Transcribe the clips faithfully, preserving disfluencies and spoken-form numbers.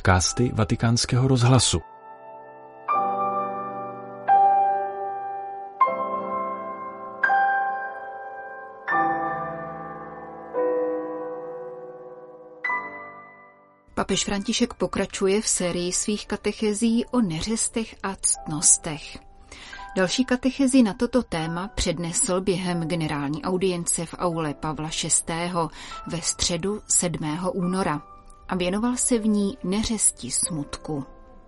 podcasty Vatikánského rozhlasu. Papež František pokračuje v sérii svých katechezí o neřestech a ctnostech. Další katechezi na toto téma přednesl během generální audience v aule Pavla šestého. ve středu sedmého února a věnoval se v ní neřesti smutku.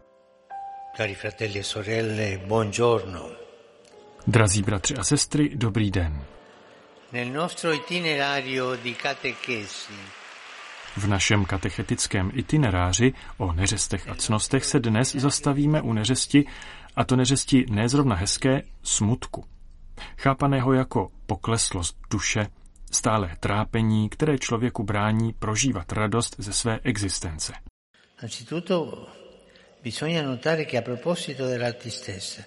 Cari fratelli e sorelle, buongiorno. Drazí bratři a sestry, dobrý den. Nel nostro itinerario di catechesi V našem katechetickém itineráři o neřestech a ctnostech se dnes zastavíme u neřesti, a to neřesti nezrovna hezké, smutku. Chápaného jako pokleslost duše, stálé trápení, které člověku brání prožívat radost ze své existence. Anzitutto bisogna notare che a proposito della tristezza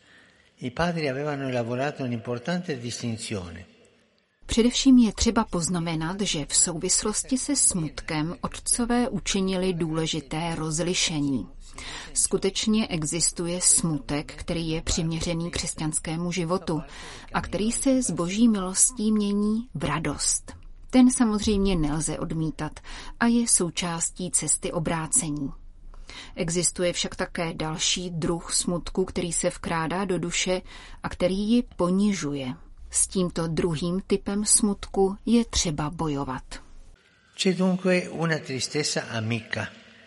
i padri avevano elaborato un'importante distinzione. Především je třeba poznamenat, že v souvislosti se smutkem otcové učinili důležité rozlišení. Skutečně existuje smutek, který je přiměřený křesťanskému životu a který se z boží milostí mění v radost. Ten samozřejmě nelze odmítat a je součástí cesty obrácení. Existuje však také další druh smutku, který se vkrádá do duše a který ji ponižuje. S tímto druhým typem smutku je třeba bojovat. C'è dunque una tristezza amica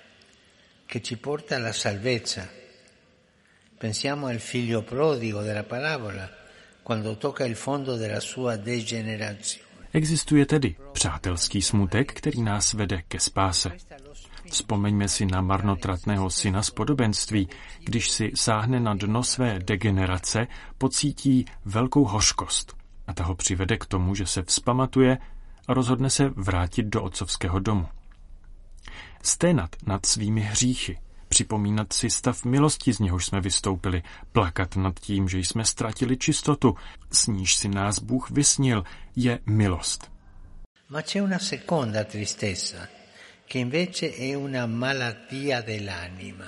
che ci porta alla salvezza. Pensiamo al figlio prodigo della parabola, quando tocca il fondo della sua degenerazione. Existuje tedy přátelský smutek, který nás vede ke spáse. Vzpomeňme si na marnotratného syna z podobenství, když si sáhne na dno své degenerace, pocítí velkou hořkost a ta ho přivede k tomu, že se vzpamatuje a rozhodne se vrátit do otcovského domu. Sténat nad svými hříchy, připomínat si stav milosti, z něhož jsme vystoupili, plakat nad tím, že jsme ztratili čistotu, s níž si nás Bůh vysnil, je milost. Ma c'è una seconda tristezza, che invece è una malattia dell'anima.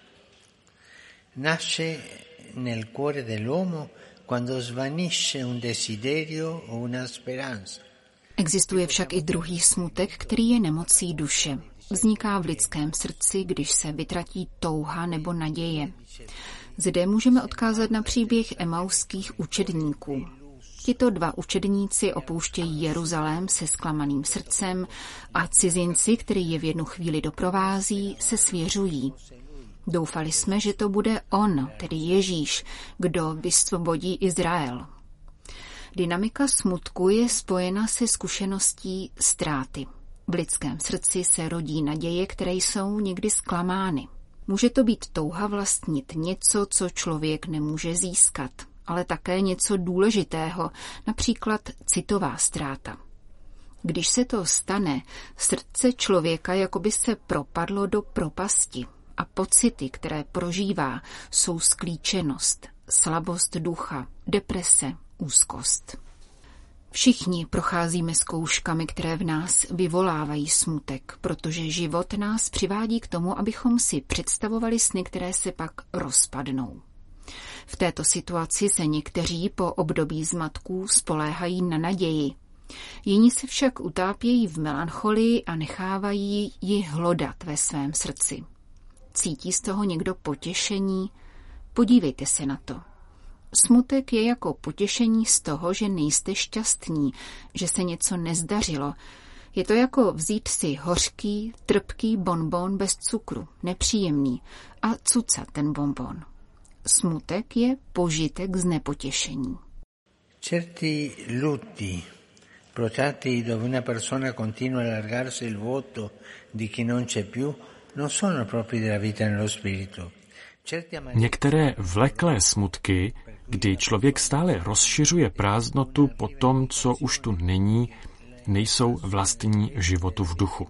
Nasce nel cuore dell'uomo quando svanisce un desiderio o una speranza. Existuje však i druhý smutek, který je nemocí duše. Vzniká v lidském srdci, když se vytratí touha nebo naděje. Zde můžeme odkázat na příběh emauských učedníků. Tito dva učedníci opouštějí Jeruzalém se zklamaným srdcem a cizinci, který je v jednu chvíli doprovází, se svěřují. Doufali jsme, že to bude on, tedy Ježíš, kdo vysvobodí Izrael. Dynamika smutku je spojena se zkušeností ztráty. V lidském srdci se rodí naděje, které jsou někdy zklamány. Může to být touha vlastnit něco, co člověk nemůže získat, ale také něco důležitého, například citová ztráta. Když se to stane, srdce člověka jakoby se propadlo do propasti a pocity, které prožívá, jsou sklíčenost, slabost ducha, deprese, úzkost. Všichni procházíme zkouškami, které v nás vyvolávají smutek, protože život nás přivádí k tomu, abychom si představovali sny, které se pak rozpadnou. V této situaci se někteří po období zmatků spoléhají na naději. Jiní se však utápějí v melancholii a nechávají ji hlodat ve svém srdci. Cítí z toho někdo potěšení? Podívejte se na to. Smutek je jako potěšení z toho, že nejste šťastní, že se něco nezdařilo. Je to jako vzít si hořký, trpký bonbon bez cukru, nepříjemný, a cucat ten bonbon. Smutek je požitek z nepotěšení. Certi lutti protratti dove una persona continua a allargarsi il vuoto di chi non c'è più non sono propri della vita nello spirito. Některé vleklé smutky, kdy člověk stále rozšiřuje prázdnotu po tom, co už tu není, nejsou vlastní životu v duchu.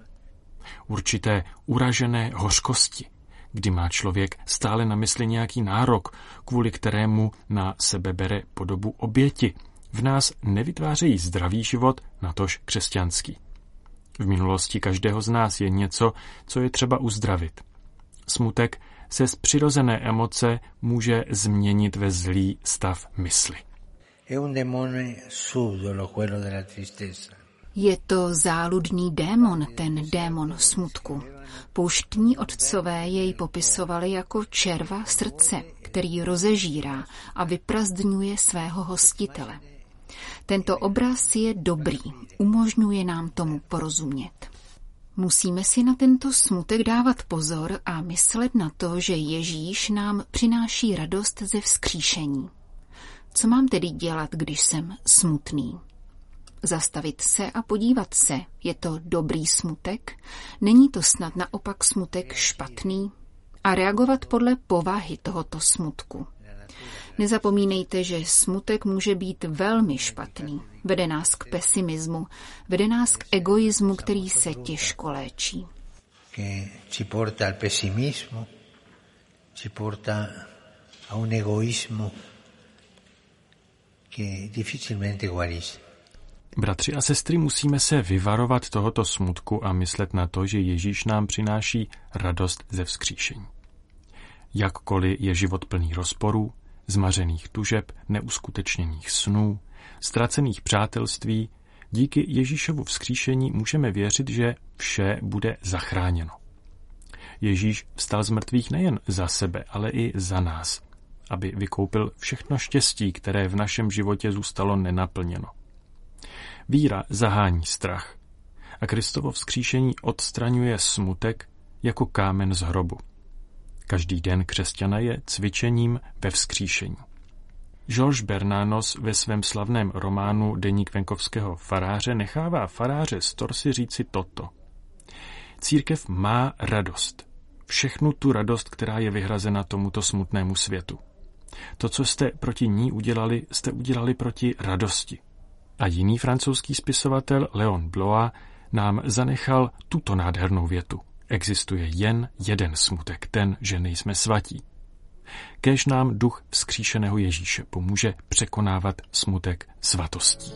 Určité uražené hořkosti, kdy má člověk stále na mysli nějaký nárok, kvůli kterému na sebe bere podobu oběti, v nás nevytvářejí zdravý život, natož křesťanský. V minulosti každého z nás je něco, co je třeba uzdravit. smutek se z přirozené emoce může změnit ve zlý stav mysli. Je to záludný démon, ten démon smutku. Pouštní otcové jej popisovali jako červa srdce, který rozežírá a vyprazdňuje svého hostitele. Tento obraz je dobrý, umožňuje nám tomu porozumět. Musíme si na tento smutek dávat pozor a myslet na to, že Ježíš nám přináší radost ze vzkříšení. Co mám tedy dělat, když jsem smutný? Zastavit se a podívat se, je to dobrý smutek? Není to snad naopak smutek špatný? A reagovat podle povahy tohoto smutku. Nezapomínejte, že smutek může být velmi špatný. Vede nás k pesimismu, vede nás k egoismu, který se těžko léčí. Ci porta al pesimismo, ci porta a un egoismo che difficilmente guarisce. Bratři a sestry, musíme se vyvarovat tohoto smutku a myslet na to, že Ježíš nám přináší radost ze vzkříšení. Jakkoliv je život plný rozporů, zmařených tužeb, neuskutečněných snů, ztracených přátelství, díky Ježíšovu vzkříšení můžeme věřit, že vše bude zachráněno. Ježíš vstal z mrtvých nejen za sebe, ale i za nás, aby vykoupil všechno štěstí, které v našem životě zůstalo nenaplněno. Víra zahání strach a Kristovo vzkříšení odstraňuje smutek jako kámen z hrobu. Každý den křesťana je cvičením ve vzkříšení. Georges Bernanos ve svém slavném románu Deník venkovského faráře nechává faráře z Torsy říci toto. Církev má radost. Všechnu tu radost, která je vyhrazena tomuto smutnému světu. To, co jste proti ní udělali, jste udělali proti radosti. A jiný francouzský spisovatel Léon Blois nám zanechal tuto nádhernou větu. Existuje jen jeden smutek, ten, že nejsme svatí. Kéž nám duch vzkříšeného Ježíše pomůže překonávat smutek svatostí.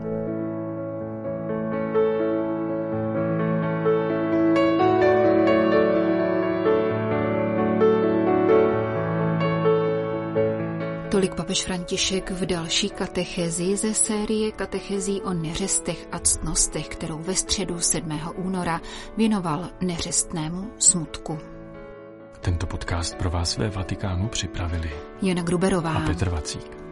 Tolik papež František v další katechezi ze série katechezí o neřestech a ctnostech, kterou ve středu sedmého února věnoval neřestnému smutku. Tento podcast pro vás ve Vatikánu připravili Jana Gruberová a Petr Vacík.